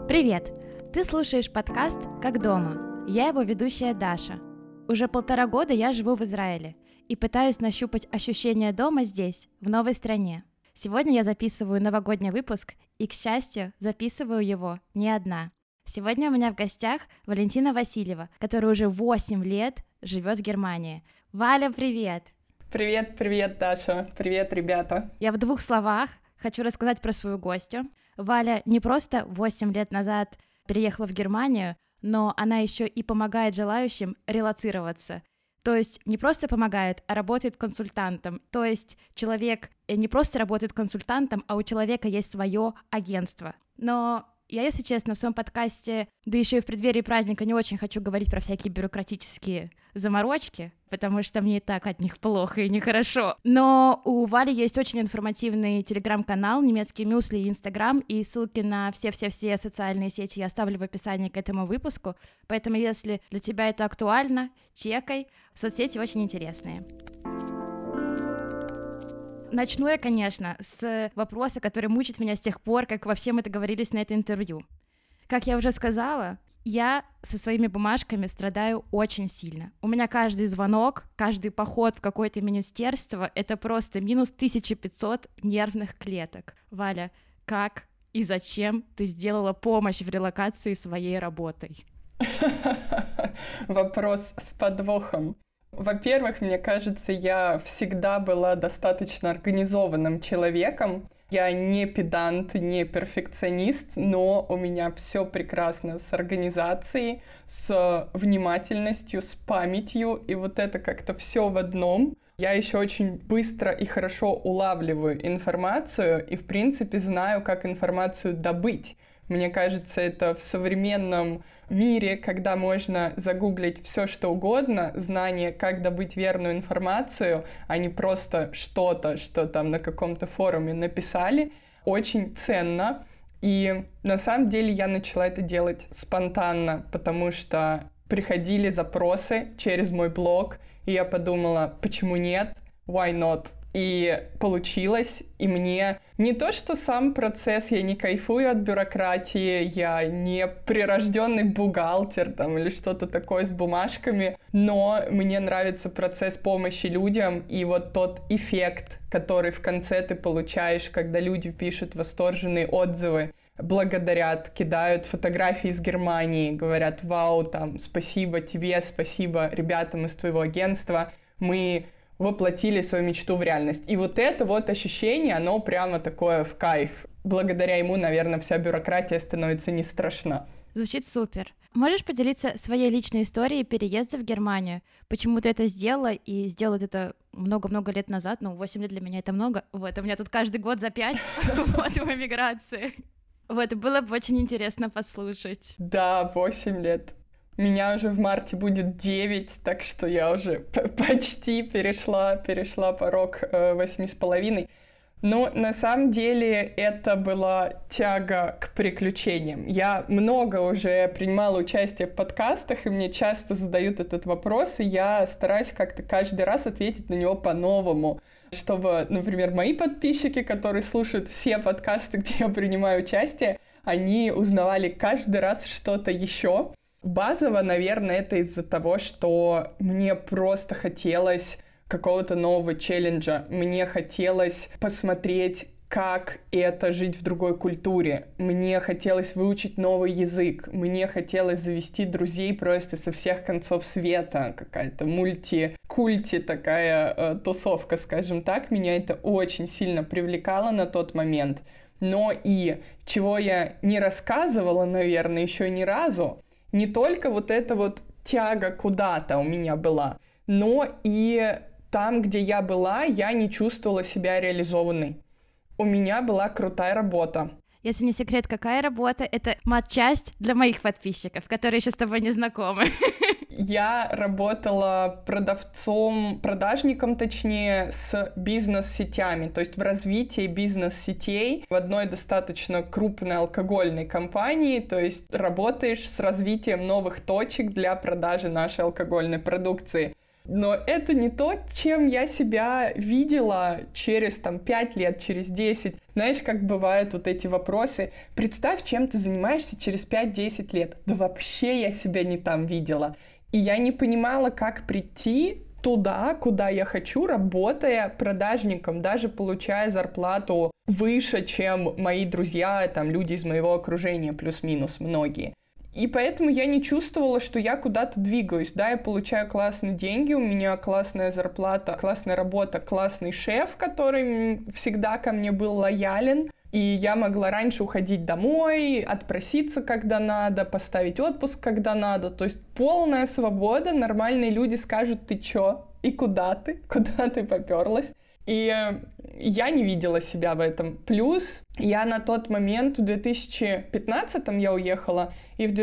Привет! Ты слушаешь подкаст «Как дома». Я его ведущая Даша. Уже 1,5 года я живу в Израиле и пытаюсь нащупать ощущение дома здесь, в новой стране. Сегодня я записываю новогодний выпуск и, к счастью, записываю его не одна. Сегодня у меня в гостях Валентина Васильева, которая уже 8 лет живет в Германии. Валя, привет! Привет, Даша. Привет, ребята. Я в 2 словах хочу рассказать про свою гостью. Валя не просто 8 лет назад переехала в Германию, но она еще и помогает желающим релоцироваться. То есть не просто помогает, а работает консультантом. То есть человек не просто работает консультантом, а у человека есть свое агентство. Но я, если честно, в своем подкасте, да еще и в преддверии праздника, не очень хочу говорить про всякие бюрократические заморочки, потому что мне и так от них плохо и нехорошо. Но у Вали есть очень информативный телеграм-канал «Немецкие мюсли» и инстаграм, и ссылки на все-все-все социальные сети я оставлю в описании к этому выпуску, поэтому если для тебя это актуально, чекай, соцсети очень интересные. Начну я, конечно, с вопроса, который мучит меня с тех пор, как вообще мы договорились на это интервью. Как я уже сказала, я со своими бумажками страдаю очень сильно. У меня каждый звонок, каждый поход в какое-то министерство — это просто минус 1500 нервных клеток. Валя, как и зачем ты сделала помощь в релокации своей работой? Вопрос с подвохом. Во-первых, мне кажется, я всегда была достаточно организованным человеком. Я не педант, не перфекционист, но у меня все прекрасно с организацией, с внимательностью, с памятью, и вот это как-то все в одном. Я еще очень быстро и хорошо улавливаю информацию и, в принципе, знаю, как информацию добыть. Мне кажется, это в современном мире, когда можно загуглить все, что угодно, знание, как добыть верную информацию, а не просто что-то, что там на каком-то форуме написали, очень ценно. И на самом деле я начала это делать спонтанно, потому что приходили запросы через мой блог, и я подумала, почему нет, why not? И получилось, и мне не то, что сам процесс, я не кайфую от бюрократии, я не прирожденный бухгалтер там, или что-то такое с бумажками, но мне нравится процесс помощи людям, и вот тот эффект, который в конце ты получаешь, когда люди пишут восторженные отзывы, благодарят, кидают фотографии из Германии, говорят: вау, там, спасибо тебе, спасибо ребятам из твоего агентства, мы воплотили свою мечту в реальность. И вот это вот ощущение, оно прямо такое в кайф. Благодаря ему, наверное, вся бюрократия становится не страшна. Звучит супер. Можешь поделиться своей личной историей переезда в Германию? Почему ты это сделала и сделала это много-много лет назад? 8 лет для меня это много. Вот, у меня тут каждый год за 5 вот в эмиграции. Вот, было бы очень интересно послушать. Да, 8 лет. Меня уже в марте будет 9, так что я уже почти перешла порог 8,5. Но на самом деле это была тяга к приключениям. Я много уже принимала участие в подкастах, и мне часто задают этот вопрос, и я стараюсь как-то каждый раз ответить на него по-новому, чтобы, например, мои подписчики, которые слушают все подкасты, где я принимаю участие, они узнавали каждый раз что-то еще. Базово, наверное, это из-за того, что мне просто хотелось какого-то нового челленджа. Мне хотелось посмотреть, как это жить в другой культуре. Мне хотелось выучить новый язык. Мне хотелось завести друзей просто со всех концов света. Какая-то мультикульти такая тусовка, скажем так. Меня это очень сильно привлекало на тот момент. Но и чего я не рассказывала, наверное, еще ни разу, не только вот эта вот тяга куда-то у меня была, но и там, где я была, я не чувствовала себя реализованной. У меня была крутая работа. Если не секрет, какая работа? Это матчасть для моих подписчиков, которые еще с тобой не знакомы. Я работала продажником, точнее, с бизнес-сетями, то есть в развитии бизнес-сетей в одной достаточно крупной алкогольной компании, то есть работаешь с развитием новых точек для продажи нашей алкогольной продукции. Но это не то, чем я себя видела через 5 лет, через 10. Знаешь, как бывают вот эти вопросы. Представь, чем ты занимаешься через 5-10 лет. Да вообще я себя не там видела. И я не понимала, как прийти туда, куда я хочу, работая продажником, даже получая зарплату выше, чем мои друзья, люди из моего окружения, плюс-минус многие. И поэтому я не чувствовала, что я куда-то двигаюсь. Да, я получаю классные деньги, у меня классная зарплата, классная работа, классный шеф, который всегда ко мне был лоялен. И я могла раньше уходить домой, отпроситься, когда надо, поставить отпуск, когда надо. То есть полная свобода, нормальные люди скажут: ты чё? И куда ты? Куда ты попёрлась? И я не видела себя в этом. Плюс я на тот момент, в 2015-м я уехала, и в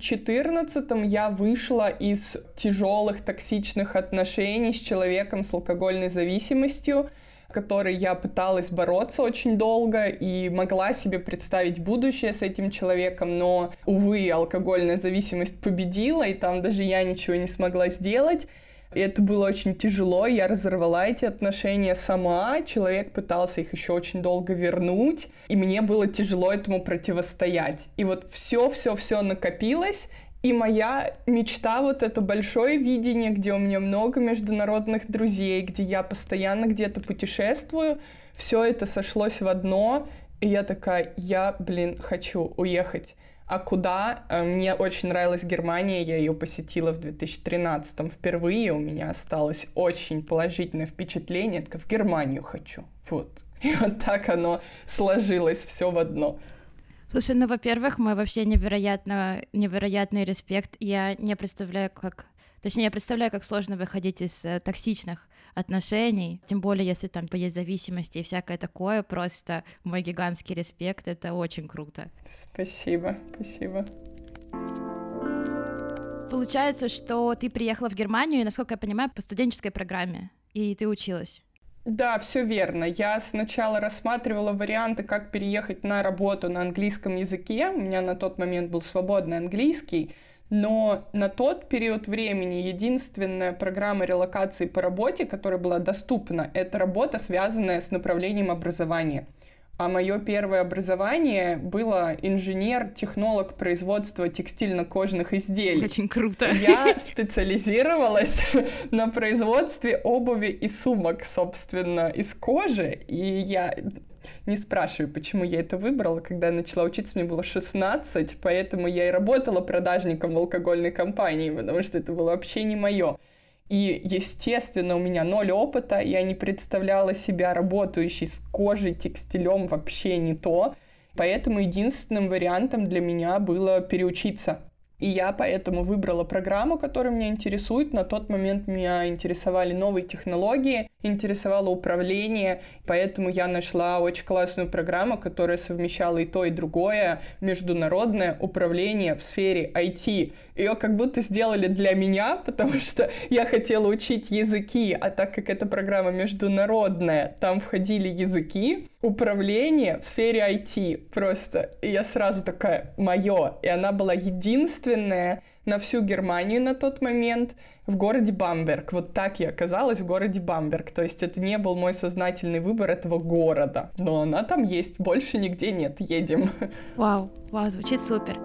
2014-м я вышла из тяжелых токсичных отношений с человеком с алкогольной зависимостью, с которой я пыталась бороться очень долго и могла себе представить будущее с этим человеком, но, увы, алкогольная зависимость победила, и там даже я ничего не смогла сделать. И это было очень тяжело, я разорвала эти отношения сама, человек пытался их еще очень долго вернуть, и мне было тяжело этому противостоять. И вот все накопилось, и моя мечта, вот это большое видение, где у меня много международных друзей, где я постоянно где-то путешествую, все это сошлось в одно, и я такая: я, хочу уехать. А куда? Мне очень нравилась Германия, я ее посетила в 2013-м впервые, у меня осталось очень положительное впечатление, я в Германию хочу, вот. И вот так оно сложилось все в одно. Слушай, во-первых, мой вообще невероятный респект. Я представляю, как сложно выходить из токсичных отношений, тем более, если там есть зависимости и всякое такое, просто мой гигантский респект, это очень круто. Спасибо. Получается, что ты приехала в Германию, насколько я понимаю, по студенческой программе, и ты училась. Да, все верно. Я сначала рассматривала варианты, как переехать на работу на английском языке. У меня на тот момент был свободный английский, но на тот период времени единственная программа релокации по работе, которая была доступна, это работа, связанная с направлением образования. А мое первое образование было инженер-технолог производства текстильно-кожных изделий. Очень круто. Я специализировалась на производстве обуви и сумок, собственно, из кожи. И я не спрашиваю, почему я это выбрала. Когда я начала учиться, мне было 16, поэтому я и работала продажником в алкогольной компании, потому что это было вообще не мое. И, естественно, у меня 0 опыта, я не представляла себя работающей с кожей, текстилем, вообще не то. Поэтому единственным вариантом для меня было переучиться. И я поэтому выбрала программу, которая меня интересует. На тот момент меня интересовали новые технологии, интересовало управление, поэтому я нашла очень классную программу, которая совмещала и то, и другое, международное управление в сфере IT. Ее как будто сделали для меня, потому что я хотела учить языки, а так как эта программа международная, там входили языки, управление в сфере IT просто. И я сразу такая: моё. И она была единственная на всю Германию на тот момент в городе Бамберг. Вот так я оказалась в городе Бамберг. То есть это не был мой сознательный выбор этого города. Но она там есть, больше нигде нет. Едем. Вау, звучит супер.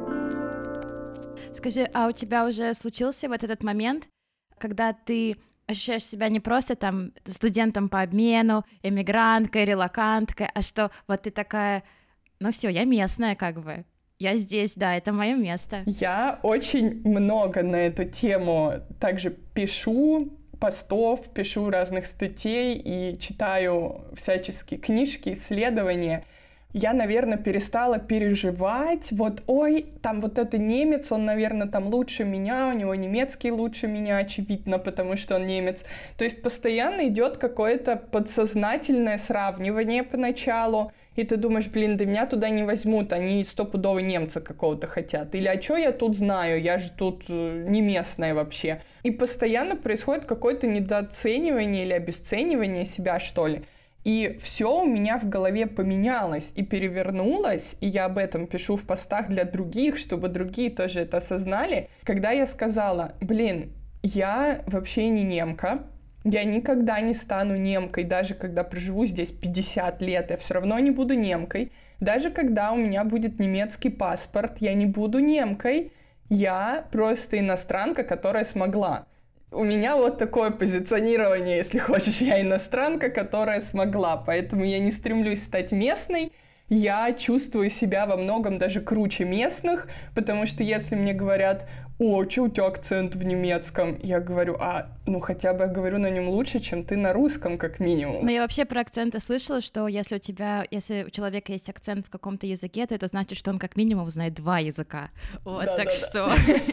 Скажи, а у тебя уже случился вот этот момент, когда ты ощущаешь себя не просто там студентом по обмену, эмигранткой, релоканткой, а что вот ты такая: ну все, я местная как бы, я здесь, да, это мое место. Я очень много на эту тему также пишу постов, пишу разных статей и читаю всяческие книжки, исследования. Я, наверное, перестала переживать, там вот это немец, он, наверное, там лучше меня, у него немецкий лучше меня, очевидно, потому что он немец. То есть постоянно идет какое-то подсознательное сравнивание поначалу, и ты думаешь: да меня туда не возьмут, они стопудово немца какого-то хотят. Или: а что я тут знаю, я же тут не местная вообще. И постоянно происходит какое-то недооценивание или обесценивание себя, что ли. И все у меня в голове поменялось и перевернулось, и я об этом пишу в постах для других, чтобы другие тоже это осознали, когда я сказала: Я вообще не немка. Я никогда не стану немкой, даже когда проживу здесь 50 лет, я все равно не буду немкой. Даже когда у меня будет немецкий паспорт, я не буду немкой. Я просто иностранка, которая смогла. У меня вот такое позиционирование, если хочешь, я иностранка, которая смогла, поэтому я не стремлюсь стать местной. Я чувствую себя во многом даже круче местных, потому что если мне говорят: «О, что у тебя акцент в немецком?» Я говорю: ну хотя бы я говорю на нем лучше, чем ты на русском, как минимум. Но я вообще про акценты слышала, что если у человека есть акцент в каком-то языке, то это значит, что он как минимум знает 2 языка. Вот, да, так да, что...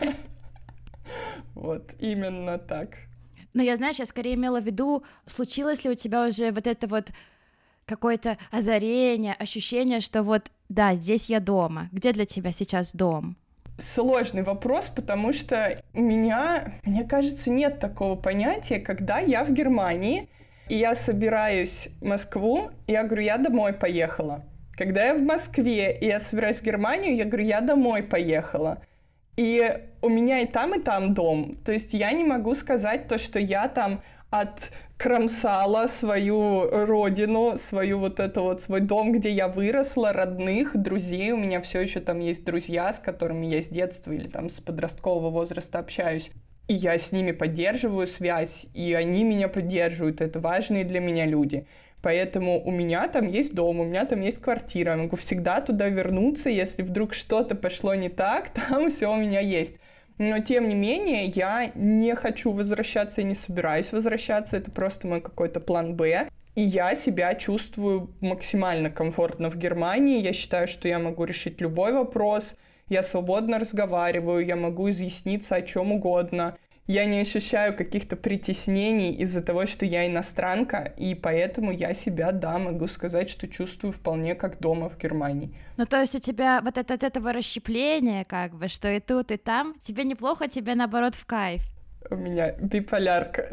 Вот, именно так. Но я скорее имела в виду, случилось ли у тебя уже вот это вот какое-то озарение, ощущение, что вот, да, здесь я дома. Где для тебя сейчас дом? Сложный вопрос, потому что мне кажется, нет такого понятия, когда я в Германии, и я собираюсь в Москву, я говорю: я домой поехала. Когда я в Москве, и я собираюсь в Германию, я говорю: я домой поехала. И у меня и там дом. То есть я не могу сказать то, что я там откромсала свою родину, свой дом, где я выросла, родных, друзей. У меня все еще там есть друзья, с которыми я с детства или там с подросткового возраста общаюсь. И я с ними поддерживаю связь, и они меня поддерживают. Это важные для меня люди. Поэтому у меня там есть дом, у меня там есть квартира. Я могу всегда туда вернуться, если вдруг что-то пошло не так, там все у меня есть. Но, тем не менее, я не хочу возвращаться и не собираюсь возвращаться. Это просто мой какой-то план «Б». И я себя чувствую максимально комфортно в Германии. Я считаю, что я могу решить любой вопрос. Я свободно разговариваю, я могу изъясниться о чем угодно. Я не ощущаю каких-то притеснений из-за того, что я иностранка, и поэтому я себя, да, могу сказать, что чувствую вполне как дома в Германии. Ну, то есть у тебя вот от этого расщепления, как бы, что и тут, и там, тебе неплохо, тебе, наоборот, в кайф. У меня биполярка.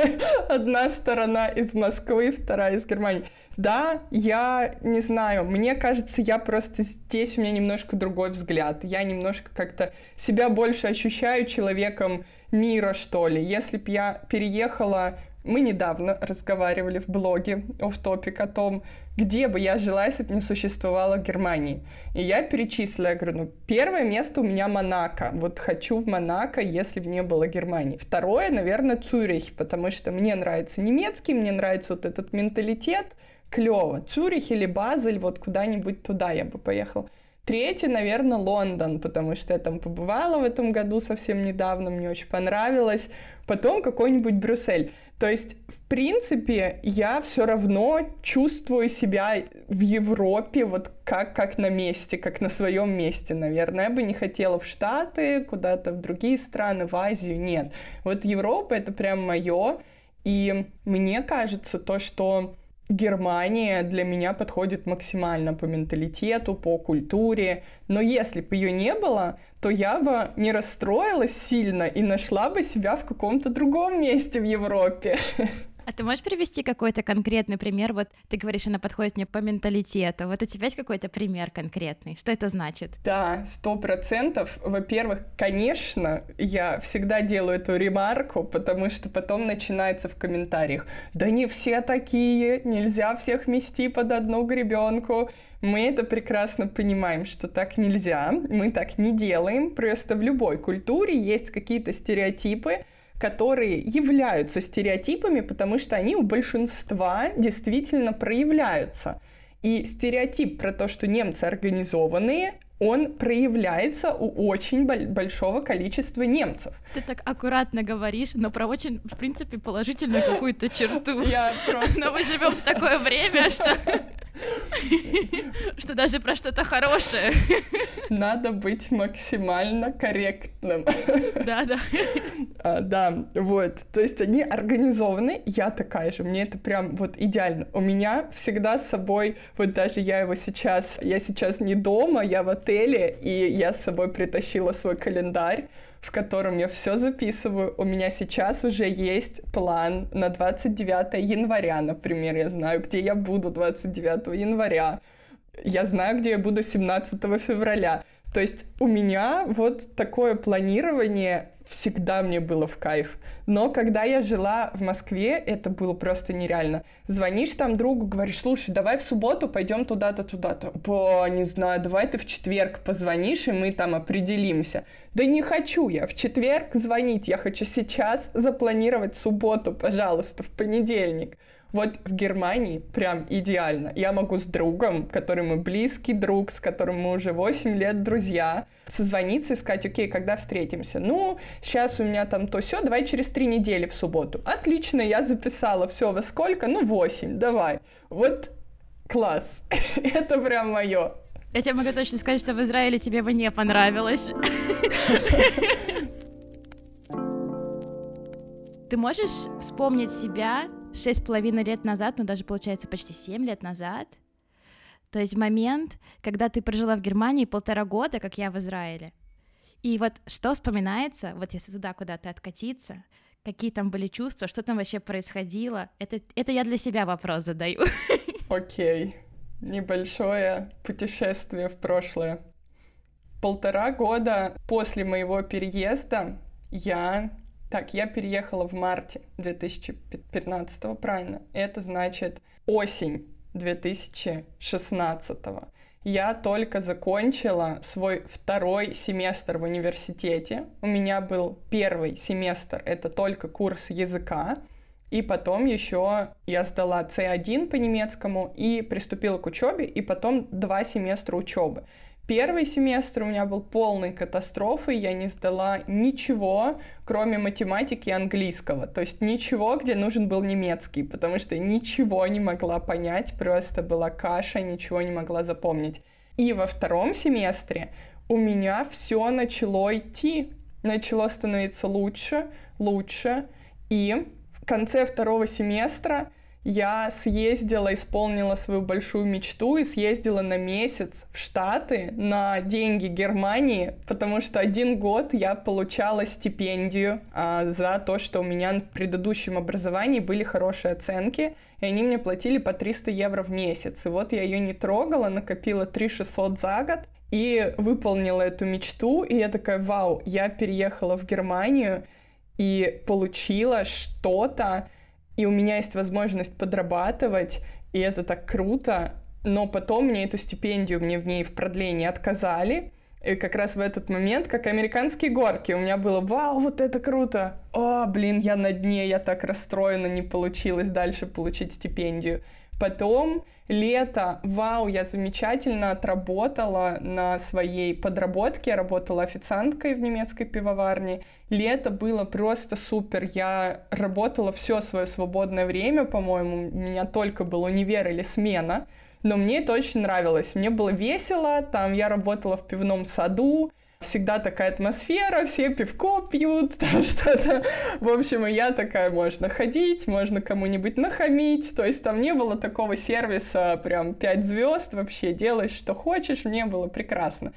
Одна сторона из Москвы, вторая из Германии. Да, я не знаю, мне кажется, я просто здесь, у меня немножко другой взгляд. Я немножко как-то себя больше ощущаю человеком мира, что ли. Если бы я переехала... Мы недавно разговаривали в блоге офф-топик о том, где бы я жила, если бы не существовало Германии. И я перечислила, я говорю, первое место у меня Монако. Вот хочу в Монако, если бы не было Германии. Второе, наверное, Цюрих, потому что мне нравится немецкий, мне нравится вот этот менталитет. Клево. Цюрих или Базель, вот куда-нибудь туда я бы поехала. Третье, наверное, Лондон, потому что я там побывала в этом году совсем недавно, мне очень понравилось. Потом какой-нибудь Брюссель. То есть, в принципе, я все равно чувствую себя в Европе вот как на месте, как на своем месте, наверное. Я бы не хотела в Штаты, куда-то в другие страны, в Азию, нет. Вот Европа — это прям мое, и мне кажется то, что Германия для меня подходит максимально по менталитету, по культуре. Но если бы ее не было, то я бы не расстроилась сильно и нашла бы себя в каком-то другом месте в Европе. А ты можешь привести какой-то конкретный пример? Вот ты говоришь, она подходит мне по менталитету. Вот у тебя есть какой-то пример конкретный? Что это значит? Да, 100%. Во-первых, конечно, я всегда делаю эту ремарку, потому что потом начинается в комментариях: да не все такие, нельзя всех мести под одну гребенку. Мы это прекрасно понимаем, что так нельзя, мы так не делаем. Просто в любой культуре есть какие-то стереотипы, которые являются стереотипами, потому что они у большинства действительно проявляются. И стереотип про то, что немцы организованные, он проявляется у очень большого количества немцев. Ты так аккуратно говоришь, но про очень, в принципе, положительную какую-то черту. Я просто... Но мы живем в такое время, что даже про что-то хорошее. Надо быть максимально корректным. Да. Да, вот. То есть они организованы, я такая же, мне это прям вот идеально. У меня всегда с собой, вот даже я сейчас не дома, я в отеле, и я с собой притащила свой календарь, в котором я все записываю. У меня сейчас уже есть план на 29 января, например. Я знаю, где я буду 29 января. Я знаю, где я буду 17 февраля. То есть у меня вот такое планирование всегда мне было в кайф. Но когда я жила в Москве, это было просто нереально. Звонишь там другу, говоришь: слушай, давай в субботу пойдем туда-то, туда-то. Не знаю, давай ты в четверг позвонишь, и мы там определимся. Да не хочу я в четверг звонить, я хочу сейчас запланировать субботу, пожалуйста, в понедельник. Вот в Германии прям идеально. Я могу с другом, который мой близкий друг, с которым мы уже 8 лет друзья, созвониться и сказать: окей, когда встретимся? Ну, сейчас у меня там то-сё, давай через 3 недели в субботу. Отлично, я записала все во сколько? 8, давай. Вот класс. Это прям мое. Я тебе могу точно сказать, что в Израиле тебе бы не понравилось. Ты можешь вспомнить себя 6,5 лет назад, даже получается почти 7 лет назад? То есть момент, когда ты прожила в Германии 1,5 года, как я в Израиле. И вот что вспоминается, вот если туда куда-то откатиться, какие там были чувства, что там вообще происходило? Это я для себя вопрос задаю. Окей. Небольшое путешествие в прошлое. 1,5 года после моего переезда я переехала в марте 2015, правильно? Это значит осень 2016. Я только закончила свой 2-й семестр в университете. У меня был 1-й семестр, это только курс языка. И потом еще я сдала C1 по немецкому и приступила к учебе, и потом 2 семестра учебы. 1-й семестр у меня был полной катастрофой, я не сдала ничего, кроме математики и английского, то есть ничего, где нужен был немецкий, потому что ничего не могла понять, просто была каша, ничего не могла запомнить. И во 2-м семестре у меня все начало идти, начало становиться лучше, и в конце 2-го семестра я исполнила свою большую мечту и съездила на месяц в Штаты на деньги Германии, потому что 1 год я получала стипендию за то, что у меня в предыдущем образовании были хорошие оценки, и они мне платили по 300 евро в месяц. И вот я ее не трогала, накопила 3600 за год и выполнила эту мечту, и я такая: вау, я переехала в Германию и получила что-то, и у меня есть возможность подрабатывать, и это так круто. Но потом мне эту стипендию, мне в ней в продлении отказали. И как раз в этот момент, как американские горки, у меня было: вау, вот это круто! Я на дне, я так расстроена, не получилось дальше получить стипендию. Потом лето, вау, я замечательно отработала на своей подработке, я работала официанткой в немецкой пивоварне. Лето было просто супер, я работала все свое свободное время, по-моему, у меня только был универ или смена, но мне это очень нравилось, мне было весело, там я работала в пивном саду, всегда такая атмосфера, все пивко пьют, там что-то. В общем, и я такая: можно ходить, можно кому-нибудь нахамить. То есть там не было такого сервиса прям 5 звезд, вообще делай, что хочешь, мне было прекрасно.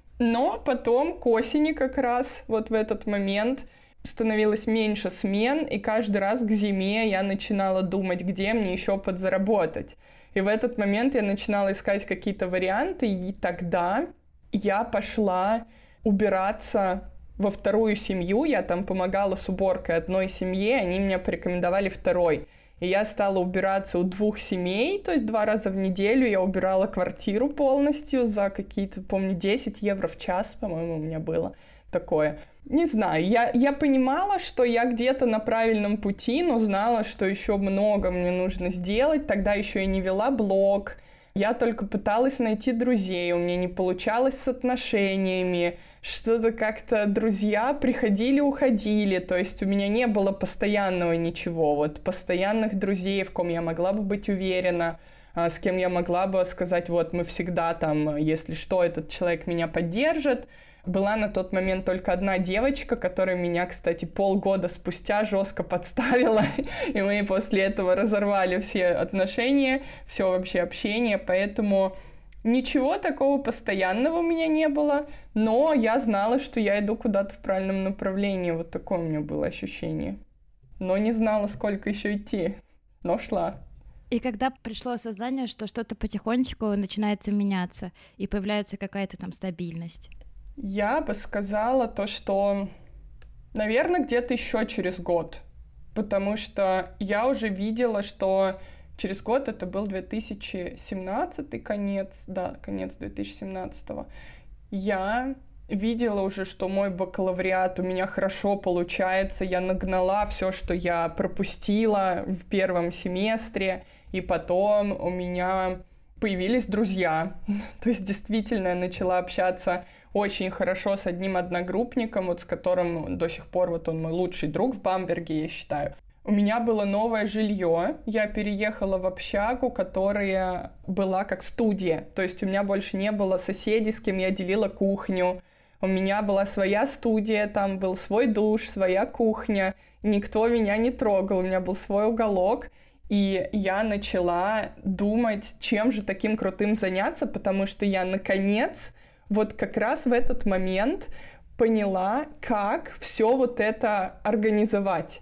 Но потом к осени как раз, вот в этот момент, становилось меньше смен, и каждый раз к зиме я начинала думать, где мне еще подзаработать. И в этот момент я начинала искать какие-то варианты, и тогда я пошла убираться во 2-ю семью, я там помогала с уборкой одной семье, они меня порекомендовали 2-й. И я стала убираться у 2 семей, то есть 2 раза в неделю я убирала квартиру полностью за какие-то, помню, 10 евро в час, по-моему, у меня было такое. Не знаю, я понимала, что я где-то на правильном пути, но знала, что еще много мне нужно сделать, тогда еще и не вела блог. Я только пыталась найти друзей, у меня не получалось с отношениями, что-то как-то друзья приходили-уходили, то есть у меня не было постоянного ничего, вот постоянных друзей, в ком я могла бы быть уверена, с кем я могла бы сказать: вот мы всегда там, если что, этот человек меня поддержит. Была на тот момент только одна девочка, которая меня, кстати, полгода спустя жестко подставила, и мы после этого разорвали все отношения, все вообще общение, поэтому ничего такого постоянного у меня не было, но я знала, что я иду куда-то в правильном направлении, вот такое у меня было ощущение. Но не знала, сколько еще идти, но шла. И когда пришло осознание, что что-то потихонечку начинается меняться, и появляется какая-то там стабильность? Я бы сказала то, что Наверное, где-то еще через год, потому что я уже видела, что через год, это был 2017 конец 2017-го, я видела уже, что мой бакалавриат у меня хорошо получается, я нагнала все, что я пропустила в первом семестре, и потом у меня появились друзья. То есть действительно я начала общаться очень хорошо с одним одногруппником, вот с которым до сих пор вот он мой лучший друг в Бамберге, я считаю. У меня было новое жилье, я переехала в общагу, которая была как студия, то есть у меня больше не было соседей, с кем я делила кухню. У меня была своя студия, там был свой душ, своя кухня, никто меня не трогал, у меня был свой уголок. И я начала думать, чем же таким крутым заняться, потому что я, наконец, вот как раз в этот момент поняла, как все вот это организовать.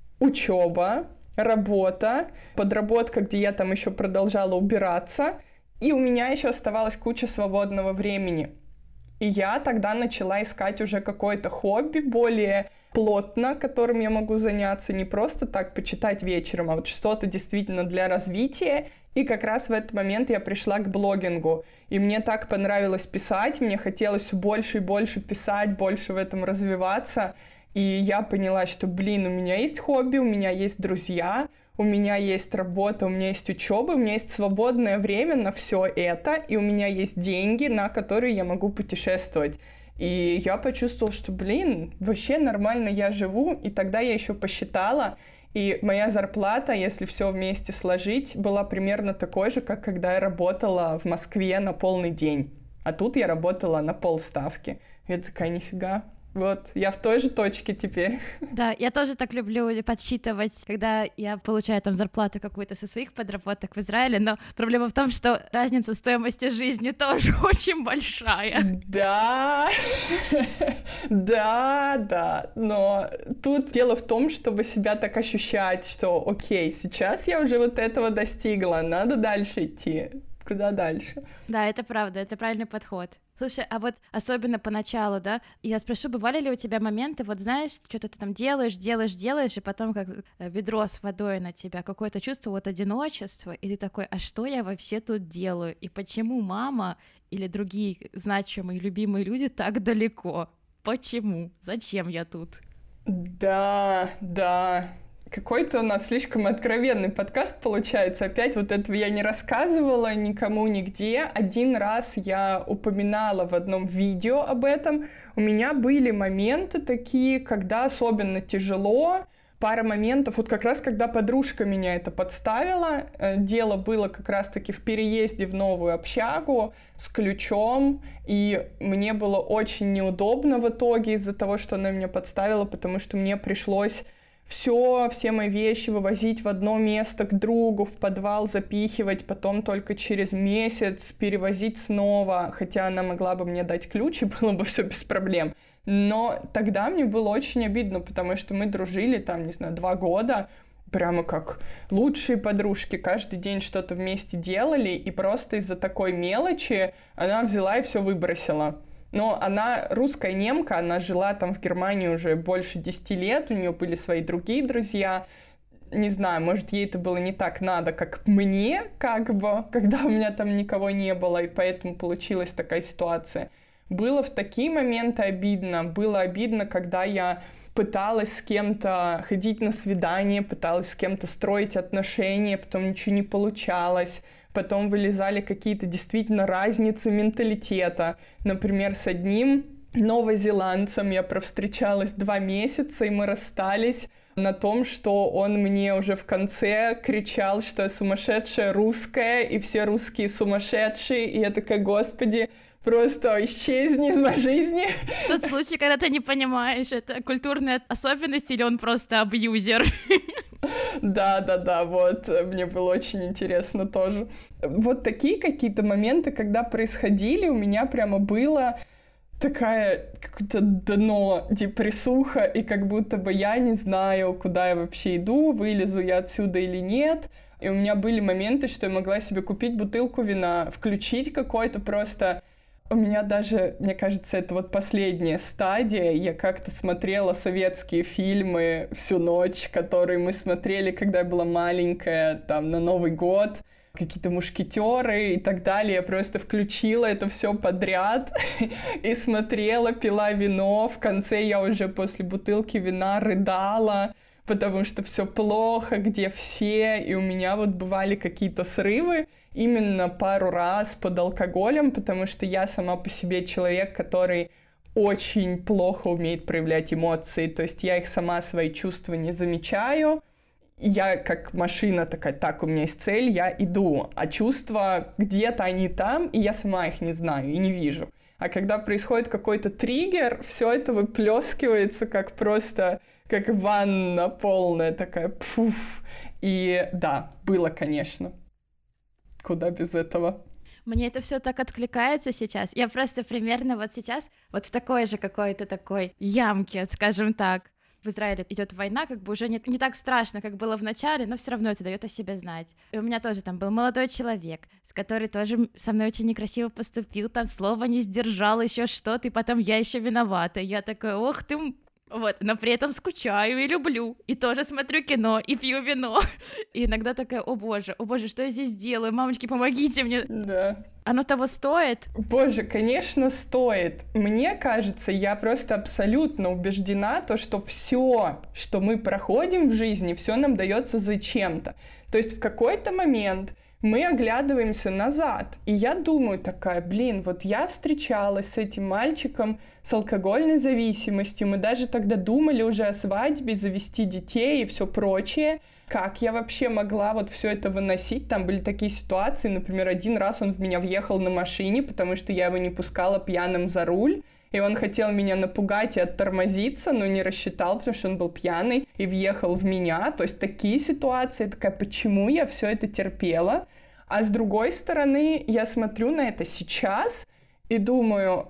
Учеба, работа, подработка, где я там еще продолжала убираться, и у меня еще оставалась куча свободного времени. И я тогда начала искать уже какое-то хобби более плотно, которым я могу заняться, не просто так почитать вечером, а вот что-то действительно для развития. И как раз в этот момент я пришла к блогингу. И мне так понравилось писать, мне хотелось все больше и больше писать, больше в этом развиваться. И я поняла, что, у меня есть хобби, у меня есть друзья, у меня есть работа, у меня есть учеба, у меня есть свободное время на все это, и у меня есть деньги, на которые я могу путешествовать. И я почувствовала, что, вообще нормально я живу, и тогда я еще посчитала, и моя зарплата, если все вместе сложить, была примерно такой же, как когда я работала в Москве на полный день. А тут я работала на полставки. И я такая, нифига. Вот, я в той же точке теперь. Да, я тоже так люблю подсчитывать, когда я получаю там зарплату какую-то со своих подработок в Израиле, но проблема в том, что разница стоимости жизни тоже очень большая. Да, да, но тут дело в том, чтобы себя так ощущать, что окей, сейчас я уже вот этого достигла, надо дальше идти. Куда дальше? Да, это правда, это правильный подход. Слушай, а вот особенно поначалу, да, я спрошу, бывали ли у тебя моменты, вот знаешь, что-то ты там делаешь, и потом как ведро с водой на тебя, какое-то чувство вот одиночества, и ты такой, а что я вообще тут делаю? И почему мама или другие значимые, любимые люди так далеко? Почему? Зачем я тут? Да. Какой-то у нас слишком откровенный подкаст получается. Опять вот этого я не рассказывала никому нигде. Один раз я упоминала в одном видео об этом. У меня были моменты такие, когда особенно тяжело. Пара моментов, вот как раз когда подружка меня это подставила. Дело было как раз-таки в переезде в новую общагу с ключом. И мне было очень неудобно в итоге из-за того, что она меня подставила, потому что мне пришлось все мои вещи вывозить в одно место к другу, в подвал запихивать, потом только через месяц перевозить снова, хотя она могла бы мне дать ключ, и было бы все без проблем. Но тогда мне было очень обидно, потому что мы дружили там, 2 года, прямо как лучшие подружки, каждый день что-то вместе делали, и просто из-за такой мелочи она взяла и все выбросила. Но она русская немка, она жила там в Германии уже больше 10 лет, у нее были свои другие друзья. Не знаю, может, ей это было не так надо, как мне, когда у меня там никого не было, и поэтому получилась такая ситуация. Было в такие моменты обидно. Было обидно, когда я пыталась с кем-то ходить на свидание, пыталась с кем-то строить отношения, потом ничего не получалось. Потом вылезали какие-то действительно разницы менталитета. Например, с одним новозеландцем я провстречалась 2 месяца, и мы расстались на том, что он мне уже в конце кричал, что я сумасшедшая русская, и все русские сумасшедшие. И я такая, господи, просто исчезни из моей жизни. Тот случай, когда ты не понимаешь, это культурная особенность или он просто абьюзер? Да, вот, мне было очень интересно тоже. Вот такие какие-то моменты, когда происходили, у меня прямо было такая какое-то дно, депрессуха, и как будто бы я не знаю, куда я вообще иду, вылезу я отсюда или нет. И у меня были моменты, что я могла себе купить бутылку вина, включить какой-то просто У меня даже, мне кажется, это вот последняя стадия. Я как-то смотрела советские фильмы всю ночь, которые мы смотрели, когда я была маленькая, там, на Новый год, какие-то мушкетеры и так далее. Я просто включила это все подряд и смотрела, пила вино. В конце я уже после бутылки вина рыдала, потому что все плохо, где все, и у меня вот бывали какие-то срывы именно пару раз под алкоголем, потому что я сама по себе человек, который очень плохо умеет проявлять эмоции, то есть я их сама, свои чувства не замечаю, я как машина такая, так, у меня есть цель, я иду, а чувства где-то они там, и я сама их не знаю и не вижу. А когда происходит какой-то триггер, все это выплескивается как просто, как ванна полная такая, пфуф. И да, было, конечно. Куда без этого? Мне это все так откликается сейчас. Я просто примерно вот сейчас вот в такой же какой-то такой ямке, скажем так. В Израиле идет война, как бы уже не так страшно, как было в начале, но все равно это дает о себе знать. И у меня тоже там был молодой человек, с который тоже со мной очень некрасиво поступил, там слова не сдержал, еще что-то, и потом я еще виновата. Я такая, ох ты... Вот, но при этом скучаю и люблю, и тоже смотрю кино, и пью вино. И иногда такая, о боже, что я здесь делаю? Мамочки, помогите мне. Да. Оно того стоит? Боже, конечно, стоит. Мне кажется, я просто абсолютно убеждена, что все, что мы проходим в жизни, все нам дается зачем-то. То есть в какой-то момент мы оглядываемся назад, и я думаю такая, вот я встречалась с этим мальчиком с алкогольной зависимостью, мы даже тогда думали уже о свадьбе, завести детей и все прочее. Как я вообще могла вот все это выносить? Там были такие ситуации, например, один раз он в меня въехал на машине, потому что я его не пускала пьяным за руль, и он хотел меня напугать и оттормозиться, но не рассчитал, потому что он был пьяный, и въехал в меня. То есть такие ситуации, такая, почему я все это терпела? А с другой стороны, я смотрю на это сейчас и думаю,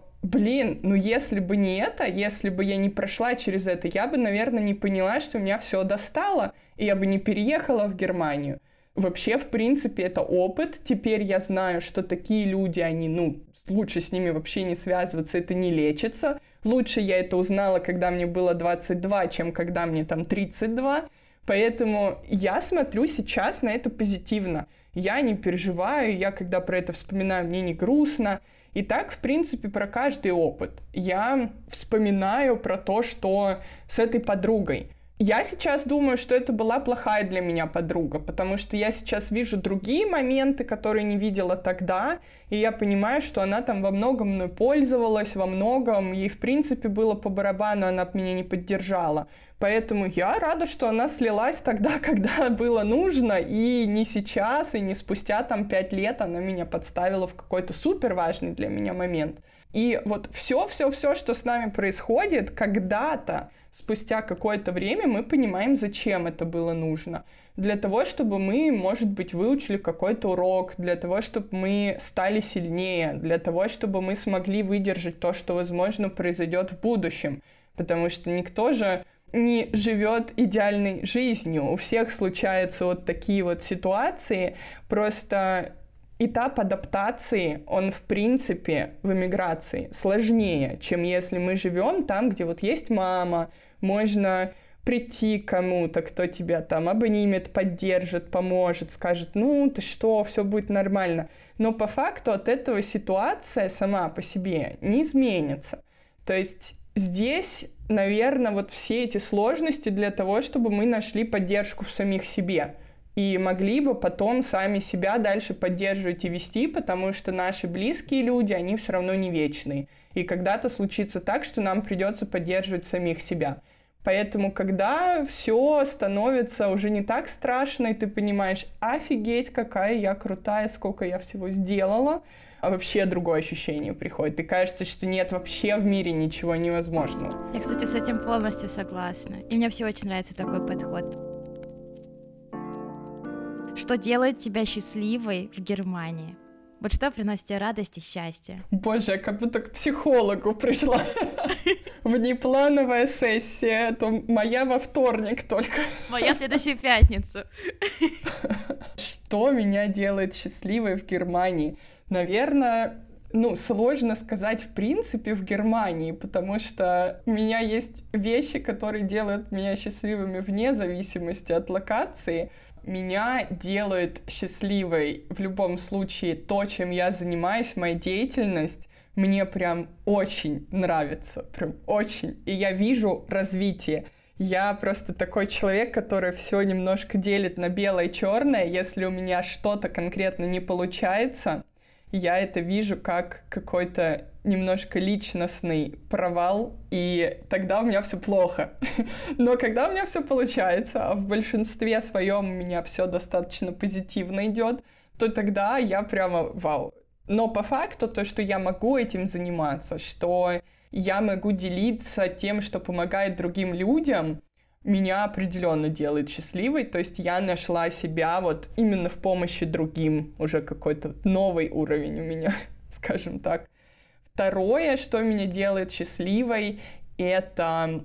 если бы не это, если бы я не прошла через это, я бы, наверное, не поняла, что меня все достало, и я бы не переехала в Германию. Вообще, в принципе, это опыт. Теперь я знаю, что такие люди, они, лучше с ними вообще не связываться, это не лечится. Лучше я это узнала, когда мне было 22, чем когда мне там 32. Поэтому я смотрю сейчас на это позитивно. Я не переживаю, я когда про это вспоминаю, мне не грустно. И так, в принципе, про каждый опыт. Я вспоминаю про то, что с этой подругой. Я сейчас думаю, что это была плохая для меня подруга, потому что я сейчас вижу другие моменты, которые не видела тогда, и я понимаю, что она там во многом мной пользовалась, во многом ей, в принципе, было по барабану, она меня не поддержала. Поэтому я рада, что она слилась тогда, когда было нужно, и не сейчас, и не спустя там 5 лет она меня подставила в какой-то супер важный для меня момент. И вот все, что с нами происходит, когда-то, спустя какое-то время мы понимаем, зачем это было нужно. Для того, чтобы мы, может быть, выучили какой-то урок, для того, чтобы мы стали сильнее, для того, чтобы мы смогли выдержать то, что, возможно, произойдет в будущем. Потому что никто же не живет идеальной жизнью. У всех случаются вот такие вот ситуации. Просто этап адаптации, он, в принципе, в эмиграции сложнее, чем если мы живем там, где вот есть мама, можно прийти к кому-то, кто тебя там обнимет, поддержит, поможет, скажет, ты что, все будет нормально. Но по факту от этого ситуация сама по себе не изменится. То есть здесь, наверное, вот все эти сложности для того, чтобы мы нашли поддержку в самих себе и могли бы потом сами себя дальше поддерживать и вести, потому что наши близкие люди, они все равно не вечные. И когда-то случится так, что нам придется поддерживать самих себя. Поэтому, когда все становится уже не так страшно, и ты понимаешь, офигеть, какая я крутая, сколько я всего сделала, а вообще другое ощущение приходит. И кажется, что нет вообще в мире ничего невозможного. Я, кстати, с этим полностью согласна. И мне вообще очень нравится такой подход. Что делает тебя счастливой в Германии? Вот что приносит тебе радость и счастье? Боже, я как будто к психологу пришла. Внеплановая сессия. Это моя во вторник только. Моя в следующую пятницу. Что меня делает счастливой в Германии? Наверное, сложно сказать в принципе в Германии, потому что у меня есть вещи, которые делают меня счастливыми вне зависимости от локации. Меня делает счастливой в любом случае то, чем я занимаюсь, моя деятельность. Мне прям очень нравится, прям очень. И я вижу развитие. Я просто такой человек, который все немножко делит на белое и черное. Если у меня что-то конкретно не получается, я это вижу как какой-то немножко личностный провал, и тогда у меня все плохо. Но когда у меня все получается, а в большинстве своем у меня все достаточно позитивно идет, то тогда я прямо вау. Но по факту то, что я могу этим заниматься, что я могу делиться тем, что помогает другим людям, меня определенно делает счастливой. То есть я нашла себя вот именно в помощи другим. Уже какой-то новый уровень у меня, скажем так. Второе, что меня делает счастливой, это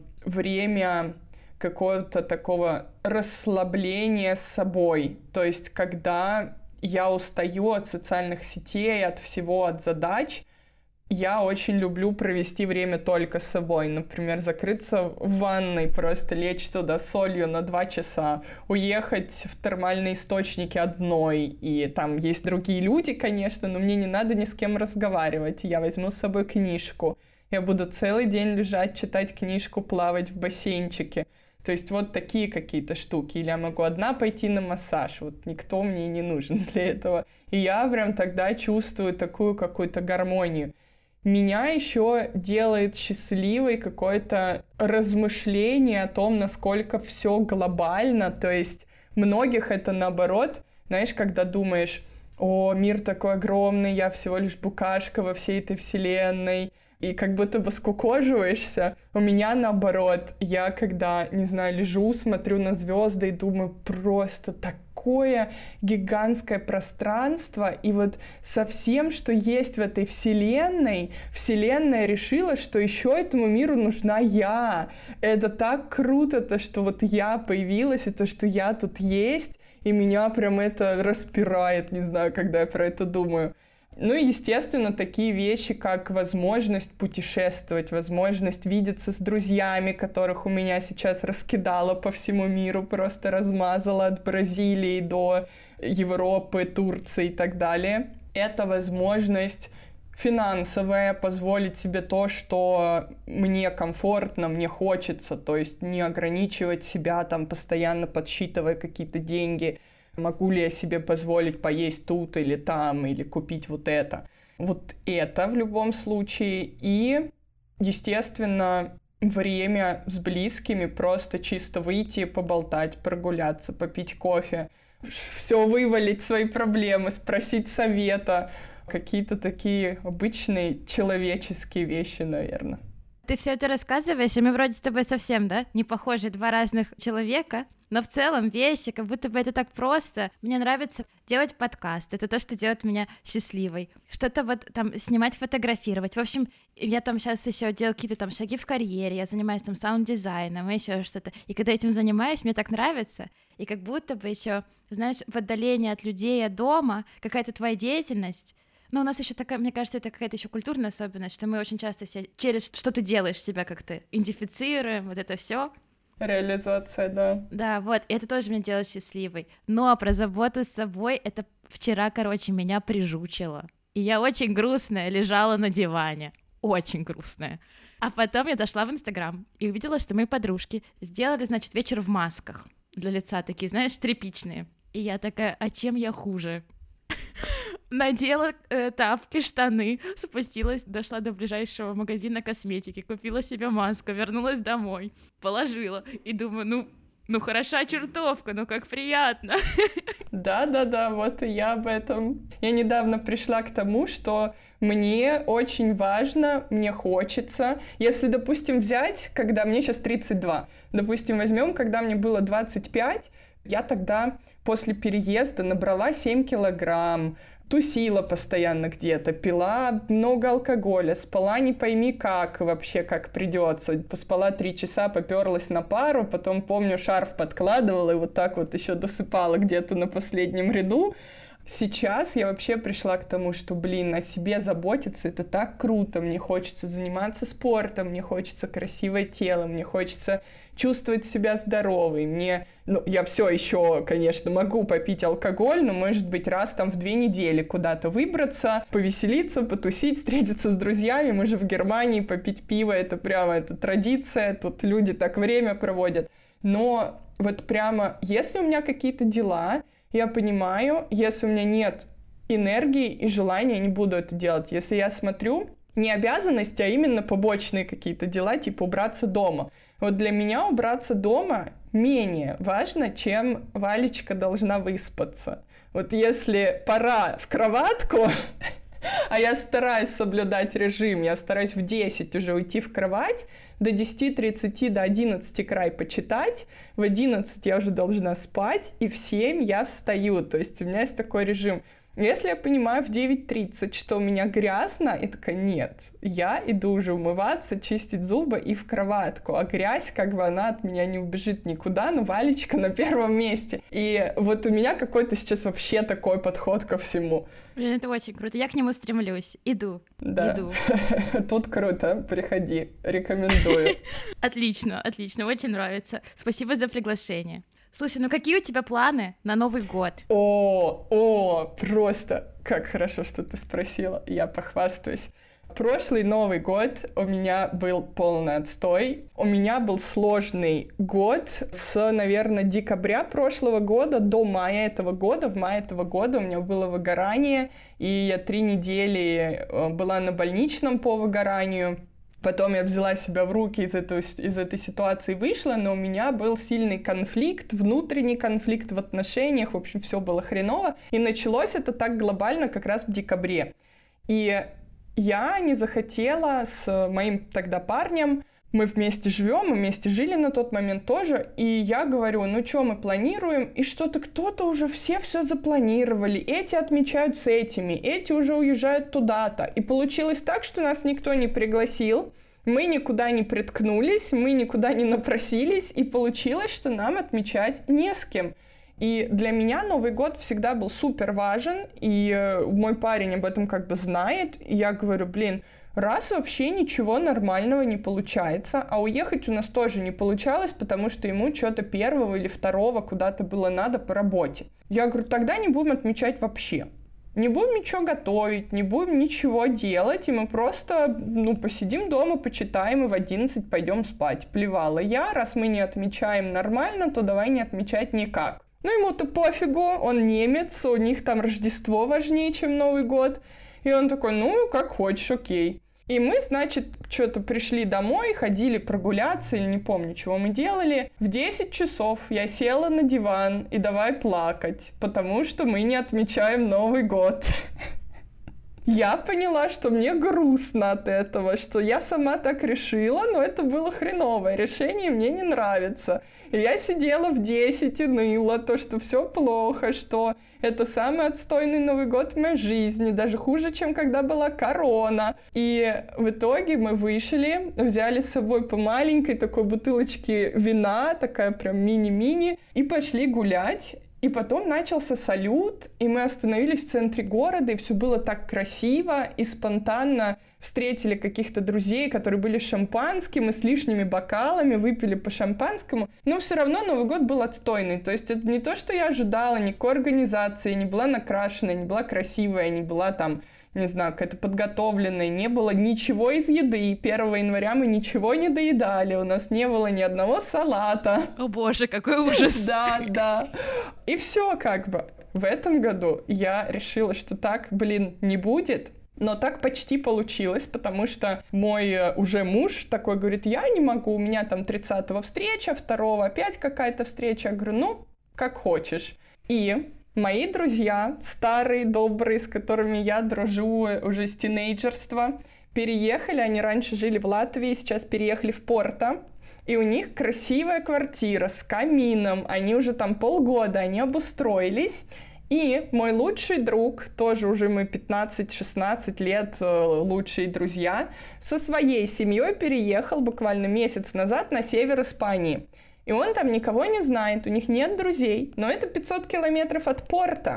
время какого-то такого расслабления с собой. То есть когда я устаю от социальных сетей, от всего, от задач, я очень люблю провести время только с собой. Например, закрыться в ванной, просто лечь туда солью на 2 часа, уехать в термальные источники одной. И там есть другие люди, конечно, но мне не надо ни с кем разговаривать. Я возьму с собой книжку. Я буду целый день лежать, читать книжку, плавать в бассейнчике. То есть вот такие какие-то штуки. Или я могу одна пойти на массаж. Вот никто мне не нужен для этого. И я прям тогда чувствую такую какую-то гармонию. Меня еще делает счастливой какое-то размышление о том, насколько все глобально. То есть многих это наоборот, знаешь, когда думаешь: о, мир такой огромный, я всего лишь букашка во всей этой вселенной, и как будто бы скукоживаешься. У меня наоборот, я когда, не знаю, лежу, смотрю на звезды и думаю, просто такое гигантское пространство, и вот со всем, что есть в этой вселенной, вселенная решила, что еще этому миру нужна я. Это так круто, то, что вот я появилась, и то, что я тут есть, и меня прям это распирает, не знаю, когда я про это думаю. Ну и, естественно, такие вещи, как возможность путешествовать, возможность видеться с друзьями, которых у меня сейчас раскидало по всему миру, просто размазало от Бразилии до Европы, Турции и так далее. Это возможность финансовая, позволить себе то, что мне комфортно, мне хочется, то есть не ограничивать себя, там, постоянно подсчитывая какие-то деньги. Могу ли я себе позволить поесть тут или там, или купить вот это. Вот это в любом случае. И, естественно, время с близкими, просто чисто выйти, поболтать, прогуляться, попить кофе, все вывалить, свои проблемы, спросить совета. Какие-то такие обычные человеческие вещи, наверное. Ты все это рассказываешь, и мы вроде с тобой совсем, да, не похожи, 2 разных человека, но в целом вещи, как будто бы это так просто. Мне нравится делать подкаст, это то, что делает меня счастливой. Что-то вот там снимать, фотографировать. В общем, я там сейчас еще делаю какие-то там шаги в карьере, я занимаюсь там саунд-дизайном и еще что-то. И когда этим занимаюсь, мне так нравится. И как будто бы еще, знаешь, в отдалении от людей, от дома, какая-то твоя деятельность. Но у нас еще такая, мне кажется, это какая-то еще культурная особенность, что мы очень часто через что ты делаешь себя как-то идентифицируем, вот это все. Реализация, да. Да, вот, и это тоже меня делает счастливой. Но про заботу с собой, это вчера, короче, меня прижучило. И я очень грустная лежала на диване. Очень грустная. А потом я зашла в Инстаграм и увидела, что мои подружки сделали, значит, вечер в масках для лица, такие, знаешь, тряпичные. И я такая, а чем я хуже? Надела тапки, штаны, спустилась, дошла до ближайшего магазина косметики, купила себе маску, вернулась домой, положила и думаю, ну хороша чертовка, ну как приятно. Да, вот и я об этом. Я недавно пришла к тому, что мне очень важно, мне хочется, если, допустим, взять, когда мне сейчас 32, допустим, возьмем, когда мне было 25, я тогда после переезда набрала 7 килограмм, тусила постоянно где-то, пила много алкоголя, спала не пойми как вообще, как придется. Поспала 3 часа, поперлась на пару, потом, помню, шарф подкладывала и вот так вот еще досыпала где-то на последнем ряду. Сейчас я вообще пришла к тому, что, о себе заботиться — это так круто. Мне хочется заниматься спортом, мне хочется красивое тело, мне хочется чувствовать себя здоровой. Я все еще, конечно, могу попить алкоголь, но, может быть, раз в 2 недели куда-то выбраться, повеселиться, потусить, встретиться с друзьями. Мы же в Германии, попить пиво — это традиция, тут люди так время проводят. Но если у меня какие-то дела, я понимаю, если у меня нет энергии и желания, не буду это делать. Если я смотрю не обязанности, а именно побочные какие-то дела, типа убраться дома. Для меня убраться дома менее важно, чем Валечка должна выспаться. Если пора в кроватку, а я стараюсь соблюдать режим, я стараюсь в 10 уже уйти в кровать, до 10:30, до 11 край почитать, в 11 я уже должна спать, и в 7 я встаю. То есть у меня есть такой режим. Если я понимаю в 9:30, что у меня грязно, я такая: нет, я иду уже умываться, чистить зубы и в кроватку, а грязь, она от меня не убежит никуда, но Валечка на первом месте. И у меня какой-то сейчас вообще такой подход ко всему. Это очень круто, я к нему стремлюсь, иду. Тут круто, приходи, рекомендую. Отлично, очень нравится, спасибо за приглашение. Слушай, какие у тебя планы на Новый год? Просто как хорошо, что ты спросила, я похвастаюсь. Прошлый Новый год у меня был полный отстой. У меня был сложный год с, наверное, декабря прошлого года до мая этого года. В мае этого года у меня было выгорание, и я 3 недели была на больничном по выгоранию. Потом я взяла себя в руки, из этой ситуации вышла, но у меня был сильный конфликт, внутренний конфликт в отношениях, в общем, все было хреново. И началось это так глобально как раз в декабре. И я не захотела с моим тогда парнем, мы вместе живем, мы вместе жили на тот момент тоже, и я говорю: что мы планируем? И что-то кто-то уже все запланировали, эти отмечают с этими, эти уже уезжают туда-то. И получилось так, что нас никто не пригласил, мы никуда не приткнулись, мы никуда не напросились, и получилось, что нам отмечать не с кем. И для меня Новый год всегда был супер важен, и мой парень об этом знает, и я говорю: раз вообще ничего нормального не получается, а уехать у нас тоже не получалось, потому что ему что-то 1 или 2 куда-то было надо по работе. Я говорю: тогда не будем отмечать вообще. Не будем ничего готовить, не будем ничего делать, и мы просто, посидим дома, почитаем, и в 11 пойдем спать. Плевала я: раз мы не отмечаем нормально, то давай не отмечать никак. Ему-то пофигу, он немец, у них там Рождество важнее, чем Новый год. И он такой: как хочешь, окей. И мы, что-то пришли домой, ходили прогуляться, или не помню, чего мы делали. В 10 часов я села на диван и давай плакать, потому что мы не отмечаем Новый год. Я поняла, что мне грустно от этого, что я сама так решила, но это было хреновое решение, мне не нравится. И я сидела в 10 и ныла, что все плохо, что это самый отстойный Новый год в моей жизни, даже хуже, чем когда была корона. И в итоге мы вышли, взяли с собой по маленькой такой бутылочке вина, такая прям мини-мини, и пошли гулять. И потом начался салют, и мы остановились в центре города, и все было так красиво, и спонтанно встретили каких-то друзей, которые были с шампанским и с лишними бокалами, выпили по шампанскому. Но все равно Новый год был отстойный. То есть это не то, что я ожидала, никакой организации, не была накрашенная, не была красивая, не была какая-то подготовленная, не было ничего из еды. 1 января мы ничего не доедали, у нас не было ни одного салата. О боже, какой ужас! Да. И все В этом году я решила, что так, не будет. Но так почти получилось, потому что мой уже муж такой говорит: я не могу, у меня 30-го встреча, 2-го опять какая-то встреча. Я говорю: как хочешь. И мои друзья, старые, добрые, с которыми я дружу уже с тинейджерства, переехали, они раньше жили в Латвии, сейчас переехали в Порто, и у них красивая квартира с камином, они уже полгода, они обустроились, и мой лучший друг, тоже уже мы 15-16 лет лучшие друзья, со своей семьей переехал буквально месяц назад на север Испании. И он там никого не знает, у них нет друзей, но это 500 километров от Порто.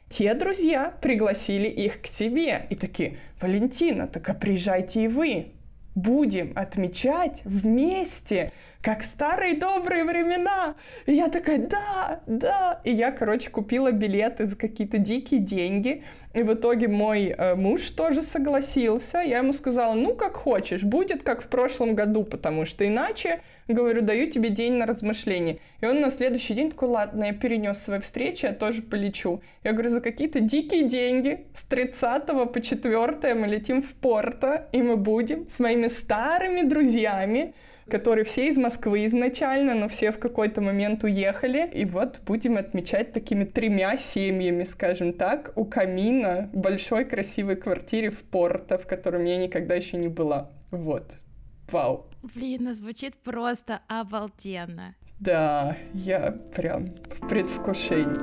те друзья пригласили их к себе. И такие: Валентина, так а приезжайте и вы. Будем отмечать вместе, как в старые добрые времена. И я такая: да. И я, купила билеты за какие-то дикие деньги. И в итоге мой муж тоже согласился. Я ему сказала: ну, как хочешь, будет как в прошлом году, потому что иначе, говорю, даю тебе день на размышление. И он на следующий день такой: ладно, я перенес свои встречи, я тоже полечу. Я говорю: за какие-то дикие деньги с 30 по 4 мы летим в Порто, и мы будем с моими старыми друзьями, которые все из Москвы изначально, но все в какой-то момент уехали. И вот будем отмечать такими 3 семьями, скажем так, у камина в большой красивой квартире в Порто, в котором я никогда еще не была. Вот. Вау. Блин, ну звучит просто обалденно. Да, я прям в предвкушении.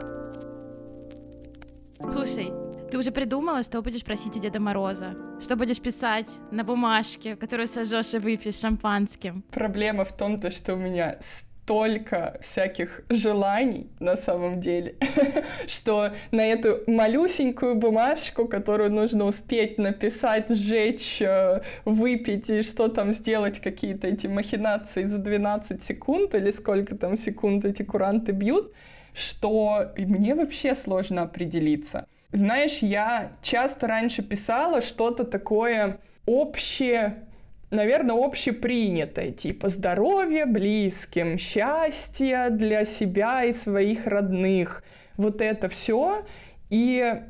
Слушай, ты уже придумала, что будешь просить у Деда Мороза? Что будешь писать на бумажке, которую сожжешь и выпьешь шампанским? Проблема в том, что у меня столько всяких желаний на самом деле, что на эту малюсенькую бумажку, которую нужно успеть написать, сжечь, выпить и что там сделать, какие-то эти махинации за 12 секунд или сколько там секунд эти куранты бьют, что мне вообще сложно определиться. Знаешь, я часто раньше писала что-то такое наверное, общепринятое, типа здоровья близким, счастья для себя и своих родных. Вот это все. И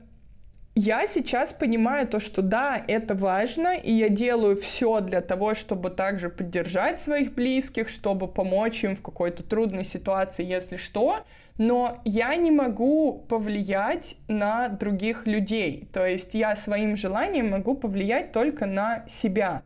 я сейчас понимаю то, что да, это важно, и я делаю все для того, чтобы также поддержать своих близких, чтобы помочь им в какой-то трудной ситуации, если что. Но я не могу повлиять на других людей. То есть я своим желанием могу повлиять только на себя.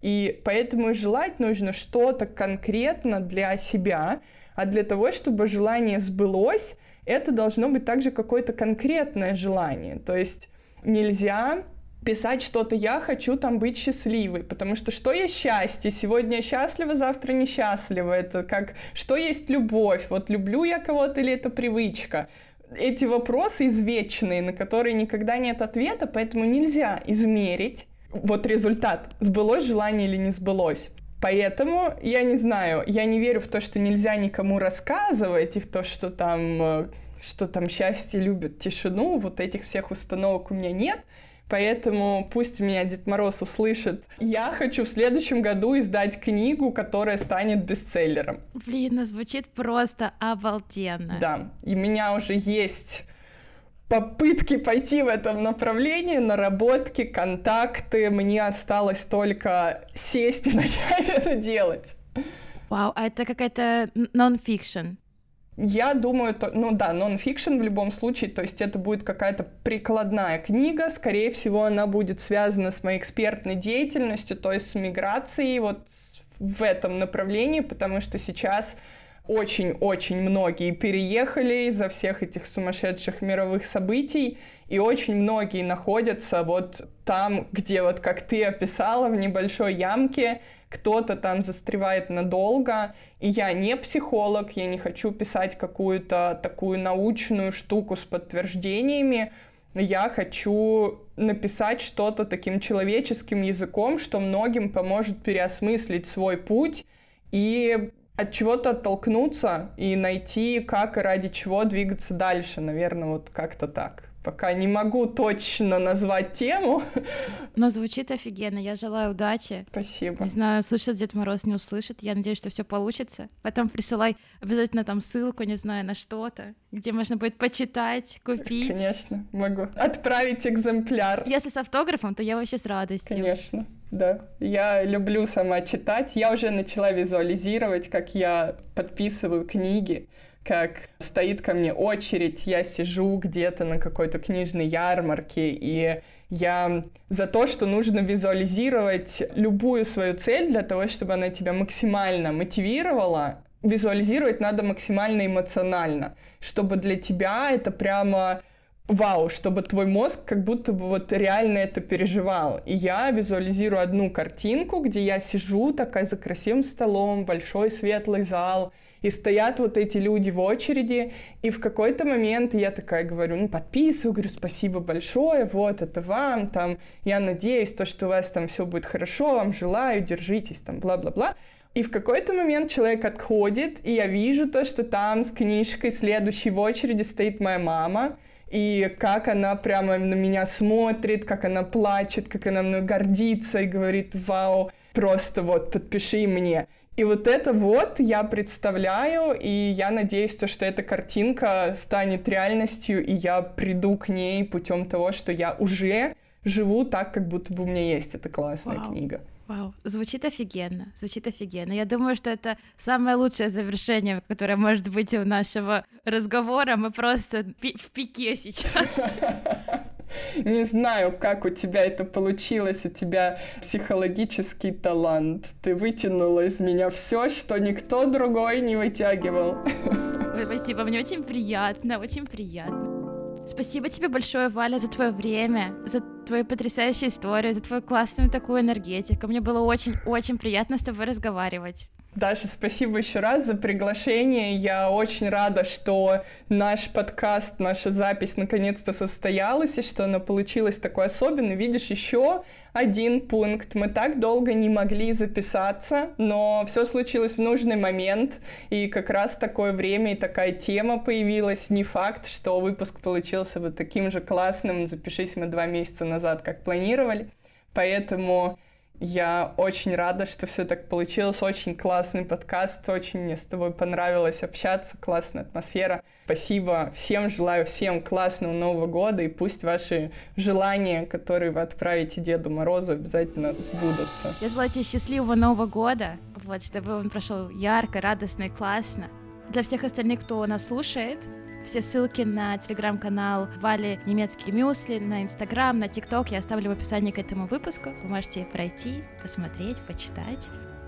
И поэтому желать нужно что-то конкретно для себя. А для того, чтобы желание сбылось, это должно быть также какое-то конкретное желание. То есть нельзя писать что-то «я хочу там быть счастливой», потому что есть счастье? Сегодня я счастлива, завтра несчастлива. Это как что есть любовь? Вот люблю я кого-то или это привычка? Эти вопросы извечные, на которые никогда нет ответа, поэтому нельзя измерить вот результат, сбылось желание или не сбылось. Поэтому я не знаю, я не верю в то, что нельзя никому рассказывать, и в то, что там счастье любит тишину, вот этих всех установок у меня нет. Поэтому пусть меня Дед Мороз услышит. Я хочу в следующем году издать книгу, которая станет бестселлером. Блин, ну звучит просто обалденно. Да, и у меня уже есть попытки пойти в этом направлении, наработки, контакты. Мне осталось только сесть и начать это делать. Вау, а это какая-то нон-фикшн? Я думаю, нон-фикшн в любом случае, то есть это будет какая-то прикладная книга, скорее всего, она будет связана с моей экспертной деятельностью, то есть с миграцией вот в этом направлении, потому что сейчас очень-очень многие переехали из-за всех этих сумасшедших мировых событий, и очень многие находятся вот там, где вот как ты описала, в небольшой ямке, кто-то там застревает надолго, и я не психолог, я не хочу писать какую-то такую научную штуку с подтверждениями, я хочу написать что-то таким человеческим языком, что многим поможет переосмыслить свой путь и от чего-то оттолкнуться и найти, как и ради чего двигаться дальше, наверное, вот как-то так. Пока не могу точно назвать тему. Но звучит офигенно. Я желаю удачи. Спасибо. Не знаю, слышит Дед Мороз, не услышит. Я надеюсь, что все получится. Потом присылай обязательно там ссылку, не знаю, на что-то, где можно будет почитать, купить. Конечно, могу. Отправить экземпляр. Если с автографом, то я вообще с радостью. Конечно, да. Я люблю сама читать. Я уже начала визуализировать, как я подписываю книги, как стоит ко мне очередь, я сижу где-то на какой-то книжной ярмарке, и я за то, что нужно визуализировать любую свою цель для того, чтобы она тебя максимально мотивировала. Визуализировать надо максимально эмоционально, чтобы для тебя это прямо вау, чтобы твой мозг как будто бы вот реально это переживал. И я визуализирую одну картинку, где я сижу такая за красивым столом, большой светлый зал, и стоят вот эти люди в очереди, и в какой-то момент я такая говорю, подписываю, говорю, спасибо большое, вот это вам, там, я надеюсь, что у вас там все будет хорошо, вам желаю, держитесь, там, бла-бла-бла. И в какой-то момент человек отходит, и я вижу что там с книжкой следующей в очереди стоит моя мама, и как она прямо на меня смотрит, как она плачет, как она мной гордится и говорит, вау, просто вот подпиши мне. И вот это вот я представляю, и я надеюсь, что эта картинка станет реальностью, и я приду к ней путем того, что я уже живу так, как будто бы у меня есть эта классная книга. Вау, звучит офигенно. Я думаю, что это самое лучшее завершение, которое может быть у нашего разговора. Мы просто в пике сейчас. Не знаю, как у тебя это получилось, у тебя психологический талант. Ты вытянула из меня все, что никто другой не вытягивал. Ой, спасибо, мне очень приятно. Спасибо тебе большое, Валя, за твое время, за твою потрясающую историю, за твою классную такую энергетику. Мне было очень-очень приятно с тобой разговаривать. Даша, спасибо еще раз за приглашение. Я очень рада, что наш подкаст, наша запись наконец-то состоялась, и что она получилась такой особенной. Видишь, еще один пункт. Мы так долго не могли записаться, но все случилось в нужный момент, и как раз такое время и такая тема появилась. Не факт, что выпуск получился бы таким же классным, запишись мы 2 месяца назад, как планировали. Поэтому я очень рада, что все так получилось. Очень классный подкаст, очень мне с тобой понравилось общаться, классная атмосфера. Спасибо всем, желаю всем классного Нового года, и пусть ваши желания, которые вы отправите Деду Морозу, обязательно сбудутся. Я желаю тебе счастливого Нового года, вот, чтобы он прошел ярко, радостно и классно. Для всех остальных, кто нас слушает, все ссылки на телеграм-канал Вали Немецкие Мюсли, на Инстаграм, на ТикТок я оставлю в описании к этому выпуску. Вы можете пройти, посмотреть, почитать.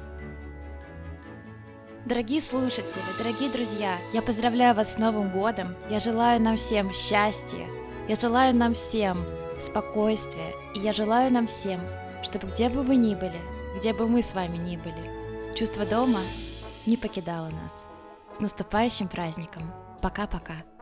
Дорогие слушатели, дорогие друзья, я поздравляю вас с Новым годом. Я желаю нам всем счастья. Я желаю нам всем спокойствия. И я желаю нам всем, чтобы где бы вы ни были, где бы мы с вами ни были, чувство дома не покидало нас. С наступающим праздником! Пока-пока!